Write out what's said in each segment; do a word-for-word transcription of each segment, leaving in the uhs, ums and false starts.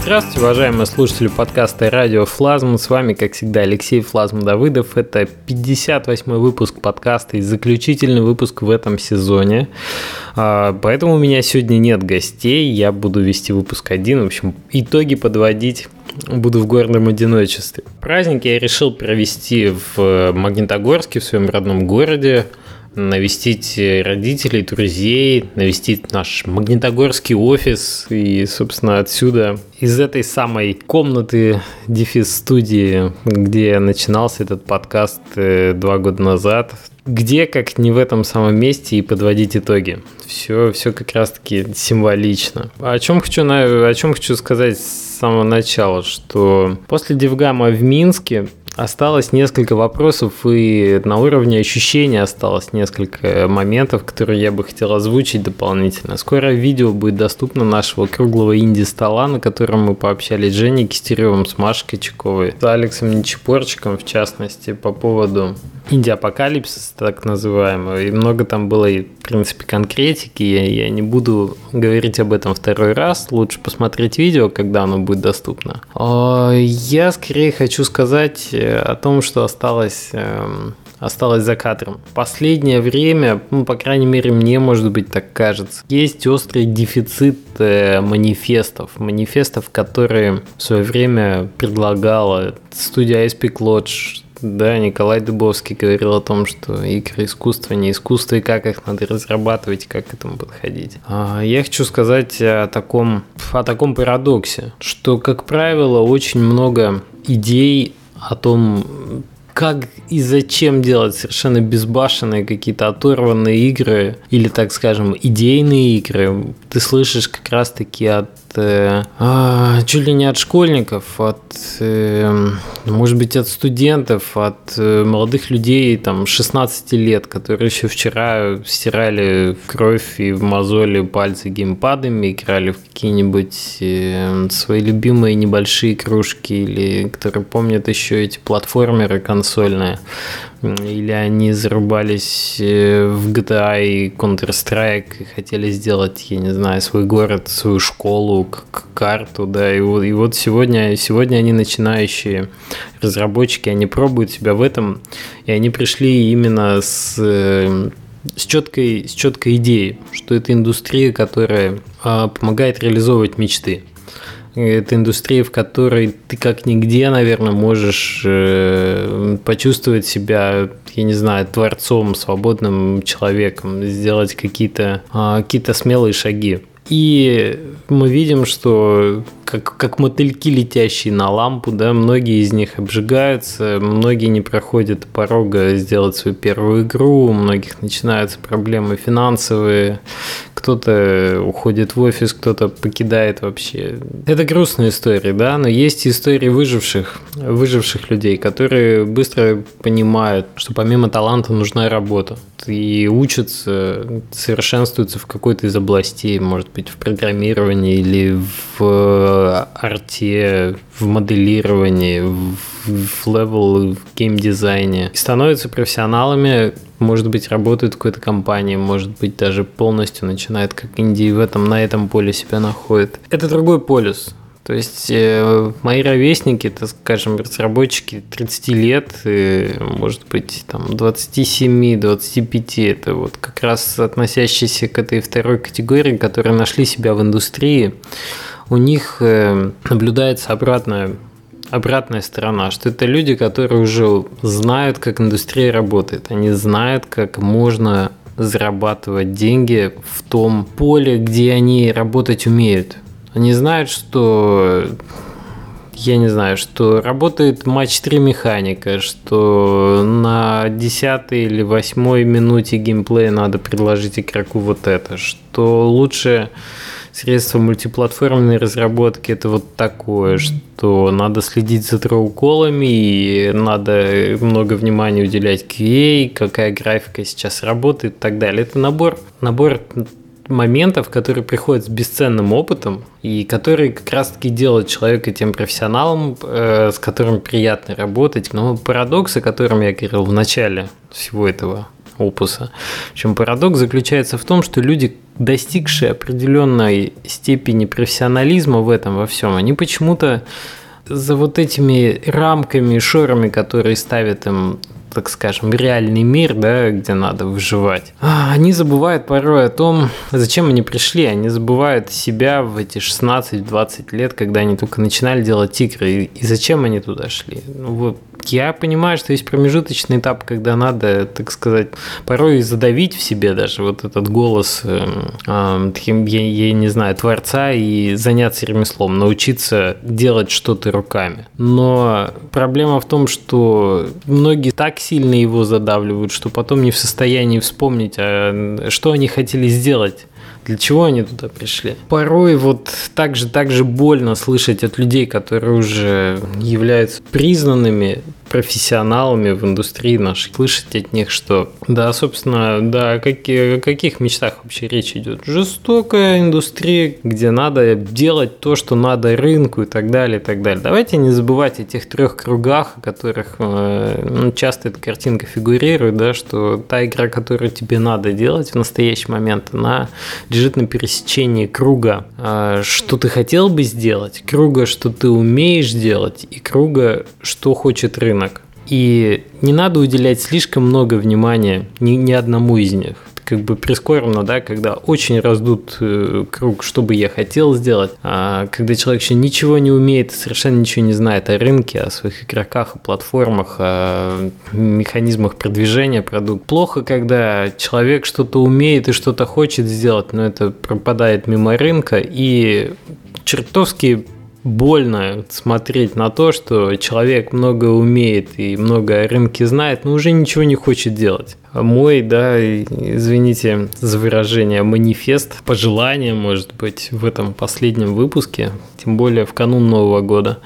Здравствуйте, уважаемые слушатели подкаста «Радио Флазм». С вами, как всегда, Алексей Флазм Давыдов. Это пятьдесят восьмой выпуск подкаста и заключительный выпуск в этом сезоне. Поэтому у меня сегодня нет гостей, я буду вести выпуск один. В общем, итоги подводить буду в гордом одиночестве. Праздник я решил провести в Магнитогорске, в своем родном городе. Навестить родителей, друзей, навестить наш магнитогорский офис и, собственно, отсюда, из этой самой комнаты дефис-студии, где начинался этот подкаст два года назад, где, как не в этом самом месте, и подводить итоги. Все, все как раз-таки символично. О чем хочу, о чем хочу сказать с самого начала, что после Девгама в Минске осталось несколько вопросов, и на уровне ощущения осталось несколько моментов, которые я бы хотел озвучить дополнительно. Скоро видео будет доступно нашего круглого инди-стола, на котором мы пообщались с Женей Кистеревым, с Машей Кочаковой, с Алексом Нечепорчиком, в частности, по поводу инди-апокалипсиса, так называемого. И много там было, и, в принципе, конкретики. Я, я не буду говорить об этом второй раз. Лучше посмотреть видео, когда оно будет доступно. Я скорее хочу сказать о том, что осталось, осталось за кадром. В последнее время, ну, по крайней мере, мне, может быть, так кажется, есть острый дефицит манифестов. Манифестов, которые в свое время предлагала студия Aspic Lodge. Да, Николай Дубовский говорил о том, что игры искусство, не искусство, и как их надо разрабатывать, и как к этому подходить. Я хочу сказать о таком, о таком парадоксе, что, как правило, очень много идей о том, как и зачем делать совершенно безбашенные какие-то оторванные игры, или, так скажем, идейные игры, ты слышишь как раз-таки от А, чуть ли не от школьников, от, э, может быть, от студентов, от э, молодых людей там, шестнадцати лет, которые еще вчера стирали в кровь и в мозоли пальцы геймпадами, играли в какие-нибудь э, свои любимые небольшие кружки, или которые помнят еще эти платформеры консольные. Или они зарубались в джи ти эй и Counter-Strike и хотели сделать, я не знаю, свой город, свою школу, как карту, да, и вот, и вот сегодня, сегодня они начинающие разработчики, они пробуют себя в этом, и они пришли именно с, с, четкой, с четкой идеей, что это индустрия, которая помогает реализовывать мечты. Это индустрия, в которой ты как нигде, наверное, можешь э, почувствовать себя, я не знаю, творцом, свободным человеком, сделать какие-то, э, какие-то смелые шаги. И мы видим, что как, как мотыльки, летящие на лампу, да, многие из них обжигаются, многие не проходят порога сделать свою первую игру, у многих начинаются проблемы финансовые, кто-то уходит в офис, кто-то покидает вообще. Это грустная история, да, но есть истории выживших, выживших людей, которые быстро понимают, что помимо таланта нужна работа, и учатся, совершенствуются в какой-то из областей, может быть, в программировании или в арте, в моделировании, в левел, в геймдизайне. И становятся профессионалами, может быть, работают в какой-то компании, может быть, даже полностью начинает как инди, в этом, на этом поле себя находит. Это другой полюс. То есть э, мои ровесники, так скажем, разработчики тридцати лет, и, может быть, там двадцати семи - двадцати пяти, это вот как раз относящиеся к этой второй категории, которые нашли себя в индустрии, у них э, наблюдается обратная, обратная сторона, что это люди, которые уже знают, как индустрия работает, они знают, как можно зарабатывать деньги в том поле, где они работать умеют. Они знают, что, я не знаю, что работает матч три механика, что на десятой или восьмой минуте геймплея надо предложить игроку вот это, что лучше средство мультиплатформенной разработки это вот такое, что надо следить за дроу-коллами, и надо много внимания уделять кью эй, какая графика сейчас работает и так далее. Это набор, набор моментов, которые приходят с бесценным опытом и которые как раз-таки делают человека тем профессионалом, э, с которым приятно работать. Но парадокс, о котором я говорил в начале всего этого опуса, в чем парадокс заключается в том, что люди достигшие определенной степени профессионализма в этом во всем, они почему-то за вот этими рамками, шорами, которые ставят им, так скажем, реальный мир, да, где надо выживать, они забывают порой о том, зачем они пришли. Они забывают себя в эти шестнадцать-двадцать лет, когда они только начинали делать игры, и, и зачем они туда шли. Ну, вот. Я понимаю, что есть промежуточный этап, когда надо, так сказать, порой задавить в себе даже вот этот голос, э, э, таким, я, я не знаю, творца и заняться ремеслом, научиться делать что-то руками. Но проблема в том, что многие так сильно его задавливают, что потом не в состоянии вспомнить, а что они хотели сделать. Для чего они туда пришли? Порой вот так же, так же больно слышать от людей, которые уже являются признанными профессионалами в индустрии нашей, слышать от них, что да, собственно, да, о каких, о каких мечтах вообще речь идет? Жестокая индустрия, где надо делать то, что надо рынку и так далее, и так далее. Давайте не забывать о тех трех кругах, о которых ну, часто эта картинка фигурирует, да, что та игра, которую тебе надо делать в настоящий момент, она лежит на пересечении круга, что ты хотел бы сделать, круга, что ты умеешь делать, и круга, что хочет рынок. И не надо уделять слишком много внимания ни, ни одному из них. Как бы прискорбно, да, когда очень раздут э, круг, что бы я хотел сделать, а когда человек еще ничего не умеет, совершенно ничего не знает о рынке, о своих игроках, о платформах, о механизмах продвижения продукта. Плохо, когда человек что-то умеет и что-то хочет сделать, но это пропадает мимо рынка, и чертовски больно смотреть на то, что человек много умеет и много о рынке знает, но уже ничего не хочет делать. Мой, да, извините за выражение, манифест, пожелание, может быть, в этом последнем выпуске, тем более в канун Нового года,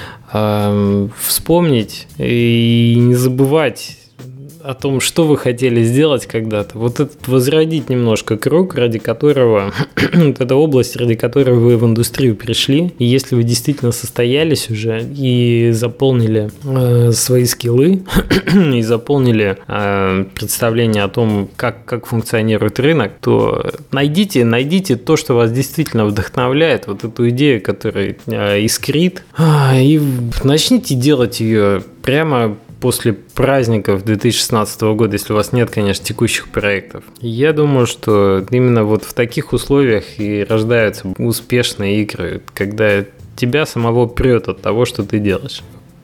вспомнить и не забывать о том, что вы хотели сделать когда-то. Вот этот возродить немножко круг, ради которого, вот эта область, ради которой вы в индустрию пришли. И если вы действительно состоялись уже и заполнили э, свои скиллы, и заполнили э, представление о том, как, как функционирует рынок, то найдите, найдите то, что вас действительно вдохновляет, вот эту идею, которая э, искрит, э, и начните делать ее прямо после праздников две тысячи шестнадцатого года, если у вас нет, конечно, текущих проектов. Я думаю, что именно вот в таких условиях и рождаются успешные игры, когда тебя самого прет от того, что ты делаешь.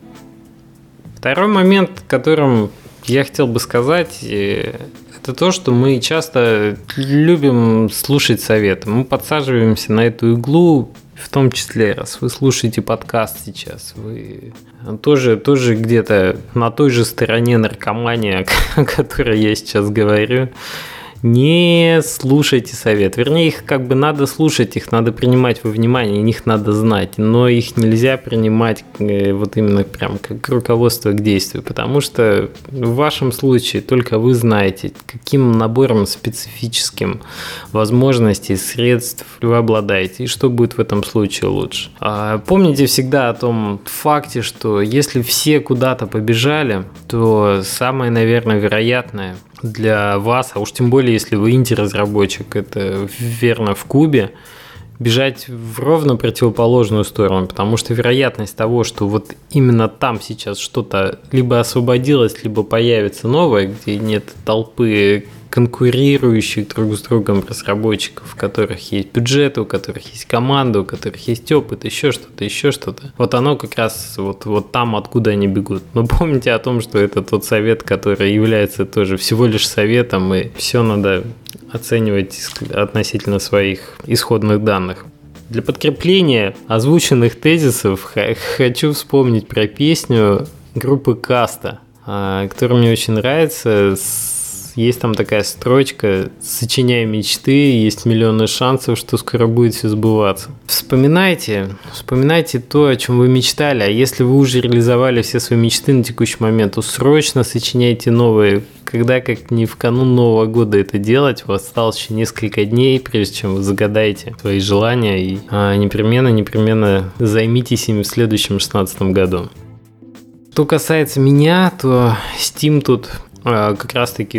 Второй момент, которым я хотел бы сказать, это то, что мы часто любим слушать советы. Мы подсаживаемся на эту иглу, в том числе, раз вы слушаете подкаст сейчас, вы тоже, тоже где-то на той же стороне наркомании, о которой я сейчас говорю. Не слушайте совет. Вернее, их как бы надо слушать, их надо принимать во внимание, их надо знать, но их нельзя принимать вот именно прям как руководство к действию, потому что в вашем случае только вы знаете, каким набором специфическим возможностей, средств вы обладаете, и что будет в этом случае лучше. Помните всегда о том факте, что если все куда-то побежали, то самое, наверное, вероятное для вас, а уж тем более, если вы инди-разработчик, это верно в кубе, бежать в ровно противоположную сторону, потому что вероятность того, что вот именно там сейчас что-то либо освободилось, либо появится новое, где нет толпы конкурирующих друг с другом разработчиков, у которых есть бюджеты, у которых есть команда, у которых есть опыт, еще что-то, еще что-то. Вот оно как раз вот, вот там, откуда они бегут. Но помните о том, что это тот совет, который является тоже всего лишь советом, и все надо оценивать относительно своих исходных данных. Для подкрепления озвученных тезисов хочу вспомнить про песню группы Каста, которая мне очень нравится. Есть там такая строчка: «Сочиняя мечты, есть миллионы шансов, что скоро будет все сбываться». Вспоминайте, вспоминайте то, о чем вы мечтали, а если вы уже реализовали все свои мечты на текущий момент, то срочно сочиняйте новые. Когда, как не в канун Нового года это делать, у вас осталось еще несколько дней, прежде чем вы загадаете свои желания, и а, непременно, непременно займитесь ими в следующем шестнадцатом году. Что касается меня, то Steam тут как раз-таки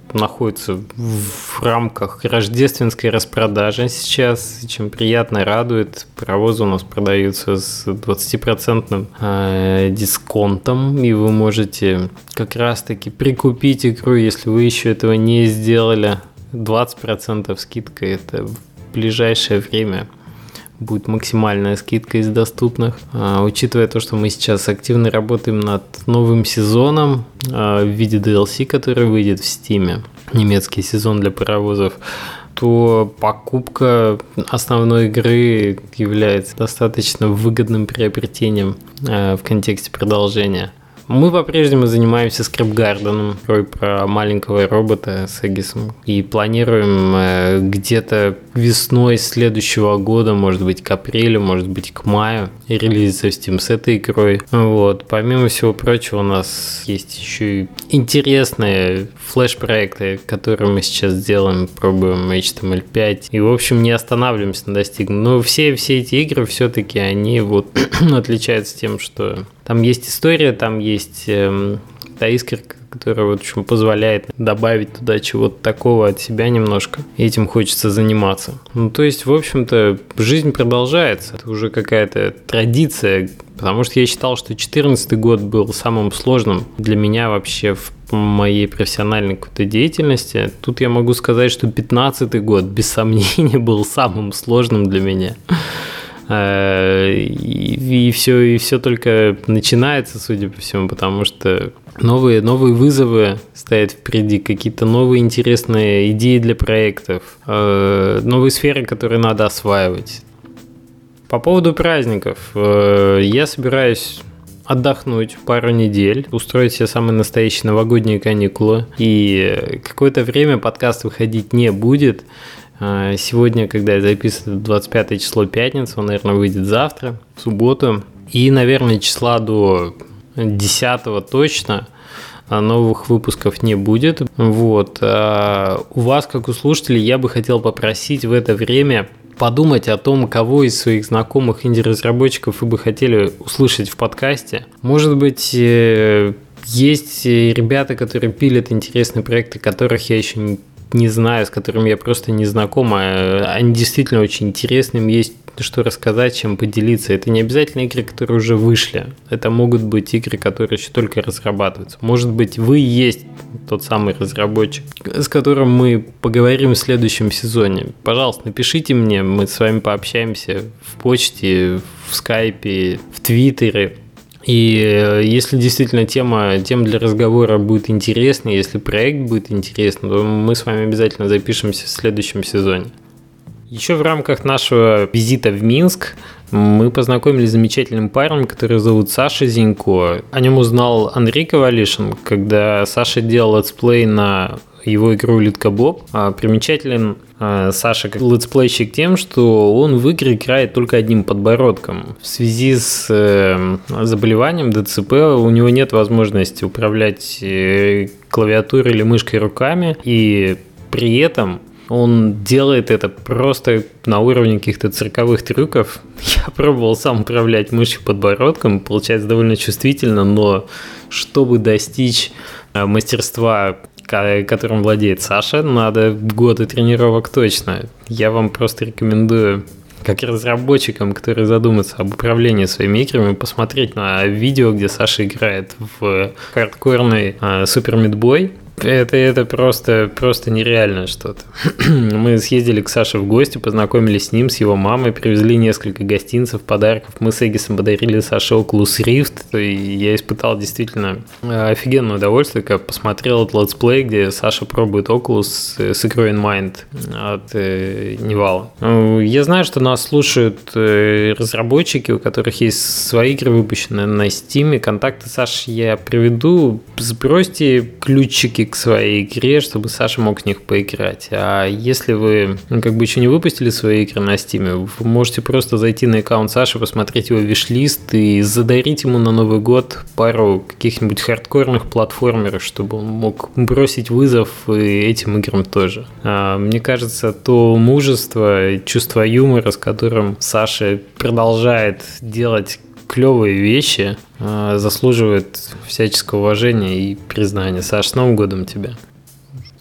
находится в рамках рождественской распродажи сейчас, чем приятно радует. Паровозы у нас продаются с двадцатипроцентным э, дисконтом, и вы можете как раз-таки прикупить игру, если вы еще этого не сделали. двадцать процентов скидка – это в ближайшее время будет максимальная скидка из доступных. А, учитывая то, что мы сейчас активно работаем над новым сезоном а, в виде ди эл си, который выйдет в Steam, немецкий сезон для паровозов, то покупка основной игры является достаточно выгодным приобретением а, в контексте продолжения. Мы по-прежнему занимаемся скриптгарденом, про маленького робота с Эгисом, и планируем э, где-то весной следующего года, может быть к апрелю, может быть к маю, релизиться в Steam с этой игрой. Вот. Помимо всего прочего, у нас есть еще и интересные флеш-проекты, которые мы сейчас делаем, пробуем эйч ти эм эль пять, и в общем не останавливаемся на достигнутом. Но все, все эти игры все-таки они вот отличаются тем, что там есть история, там есть э, та искорка, которая вот, в общем, позволяет добавить туда чего-то такого от себя немножко. И этим хочется заниматься. Ну, то есть, в общем-то, жизнь продолжается. Это уже какая-то традиция, потому что я считал, что две тысячи четырнадцатый год был самым сложным для меня вообще в моей профессиональной какой-то деятельности. Тут я могу сказать, что две тысячи пятнадцатый год, без сомнения, был самым сложным для меня. И, и, все, и все только начинается, судя по всему, потому что новые, новые вызовы стоят впереди, какие-то новые интересные идеи для проектов, новые сферы, которые надо осваивать. По поводу праздников. Я собираюсь отдохнуть пару недель, устроить себе самые настоящие новогодние каникулы, и какое-то время подкаст выходить не будет. Сегодня, когда я записываю, двадцать пятое число, пятница, он, наверное, выйдет завтра, в субботу. И, наверное, числа до десятого точно новых выпусков не будет. Вот. А у вас, как у слушателей, я бы хотел попросить в это время подумать о том, кого из своих знакомых инди-разработчиков вы бы хотели услышать в подкасте. Может быть, есть ребята, которые пилят интересные проекты, которых я еще не не знаю, с которыми я просто не знаком, а они действительно очень интересны, им есть что рассказать, чем поделиться. Это не обязательно игры, которые уже вышли. Это могут быть игры, которые еще только разрабатываются. Может быть, вы есть тот самый разработчик, с которым мы поговорим в следующем сезоне. Пожалуйста, напишите мне, мы с вами пообщаемся в почте, в скайпе, в твиттере. И если действительно тема, тема для разговора будет интересна, если проект будет интересный, то мы с вами обязательно запишемся в следующем сезоне. Еще в рамках нашего визита в Минск мы познакомились с замечательным парнем, который зовут Саша Зинько. О нем узнал Андрей Ковалишин, когда Саша делал летсплей на его игру Литка Боб. Примечателен Саша как летсплейщик тем, что он в игры играет только одним подбородком. В связи с заболеванием ДЦП у него нет возможности управлять клавиатурой или мышкой руками, и при этом он делает это просто на уровне каких-то цирковых трюков. Я пробовал сам управлять мышью подбородком, получается довольно чувствительно, но чтобы достичь мастерства, которым владеет Саша, надо годы тренировок точно. Я вам просто рекомендую, как разработчикам, которые задумаются об управлении своими играми, посмотреть на видео, где Саша играет в хардкорный Super Meat Boy. Это, это просто, просто нереально что-то. Мы съездили к Саше в гости, познакомились с ним, с его мамой, привезли несколько гостинцев, подарков. Мы с Эгисом подарили Саше Oculus Rift, и я испытал действительно офигенное удовольствие, когда посмотрел этот летсплей, где Саша пробует Oculus с игрой In Mind от э, Невала. Я знаю, что нас слушают э, разработчики, у которых есть свои игры, выпущенные на Steam. Контакты Саши я приведу. Сбросьте ключики к своей игре, чтобы Саша мог в них поиграть. А если вы ну, как бы еще не выпустили свои игры на Steam, вы можете просто зайти на аккаунт Саши, посмотреть его виш-лист и задарить ему на Новый год пару каких-нибудь хардкорных платформеров, чтобы он мог бросить вызов и этим играм тоже. А, мне кажется, то мужество и чувство юмора, с которым Саша продолжает делать клевые вещи, заслуживает всяческого уважения и признания. Саш, с Новым годом тебя!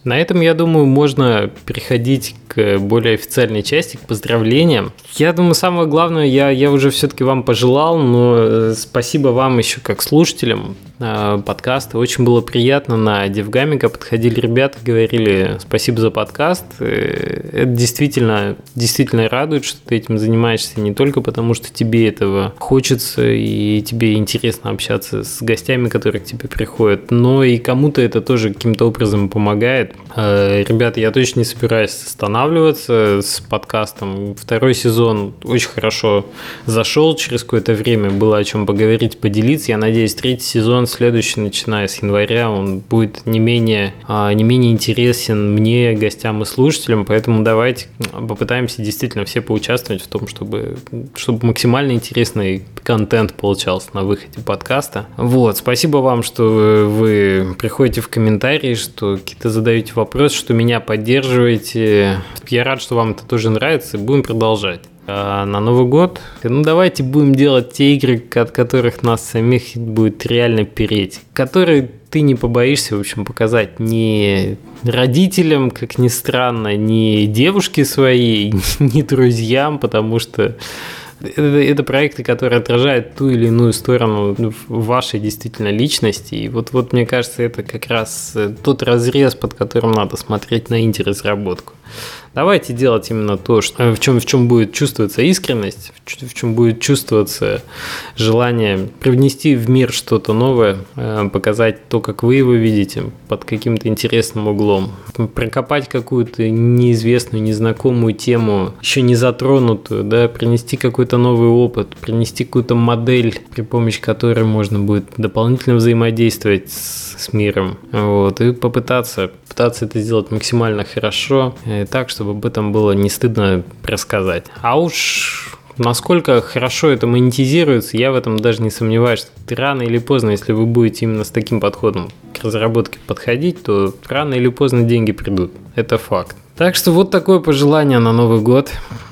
На этом, я думаю, можно переходить к более официальной части, к поздравлениям. Я думаю, самое главное, я, я уже все-таки вам пожелал, но спасибо вам еще как слушателям подкаста. Очень было приятно. На Девгамика подходили ребята, говорили спасибо за подкаст. Это действительно, действительно радует, что ты этим занимаешься не только потому, что тебе этого хочется и тебе интересно общаться с гостями, которые к тебе приходят, но и кому-то это тоже каким-то образом помогает. Ребята, я точно не собираюсь останавливаться с подкастом. Второй сезон очень хорошо зашел, через какое-то время было о чем поговорить, поделиться. Я надеюсь, третий сезон, следующий, начиная с января, он будет не менее, не менее интересен мне, гостям и слушателям, поэтому давайте попытаемся действительно все поучаствовать в том, чтобы, чтобы максимально интересный контент получался на выходе подкаста. Вот, спасибо вам, что вы приходите в комментарии, что какие-то задаете вопросы, что меня поддерживаете. Я рад, что вам это тоже нравится, и будем продолжать. А на Новый год, ну давайте будем делать те игры, от которых нас самих будет реально переть, которые ты не побоишься, в общем, показать ни родителям, как ни странно, ни девушке своей, ни друзьям, потому что это, это проекты, которые отражают ту или иную сторону вашей действительно личности. И вот, вот мне кажется, это как раз тот разрез, под которым надо смотреть на инди-разработку. Давайте делать именно то, что, в, чем, в чем будет чувствоваться искренность, в чем будет чувствоваться желание привнести в мир что-то новое, показать то, как вы его видите, под каким-то интересным углом, прокопать какую-то неизвестную, незнакомую тему, еще не затронутую, да, принести какой-то новый опыт, принести какую-то модель, при помощи которой можно будет дополнительно взаимодействовать с, с миром, вот, и попытаться, попытаться это сделать максимально хорошо, так, чтобы об этом было не стыдно рассказать. А уж насколько хорошо это монетизируется, я в этом даже не сомневаюсь, что рано или поздно, если вы будете именно с таким подходом к разработке подходить, то рано или поздно деньги придут. Это факт. Так что вот такое пожелание на Новый год.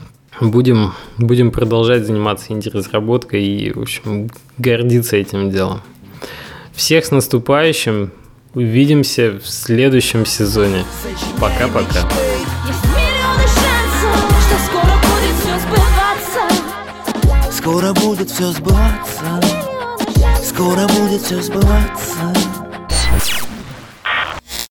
Будем, будем продолжать заниматься инди-разработкой и, в общем, гордиться этим делом. Всех с наступающим. Увидимся в следующем сезоне. Пока-пока. Скоро будет все сбываться. Скоро будет все сбываться.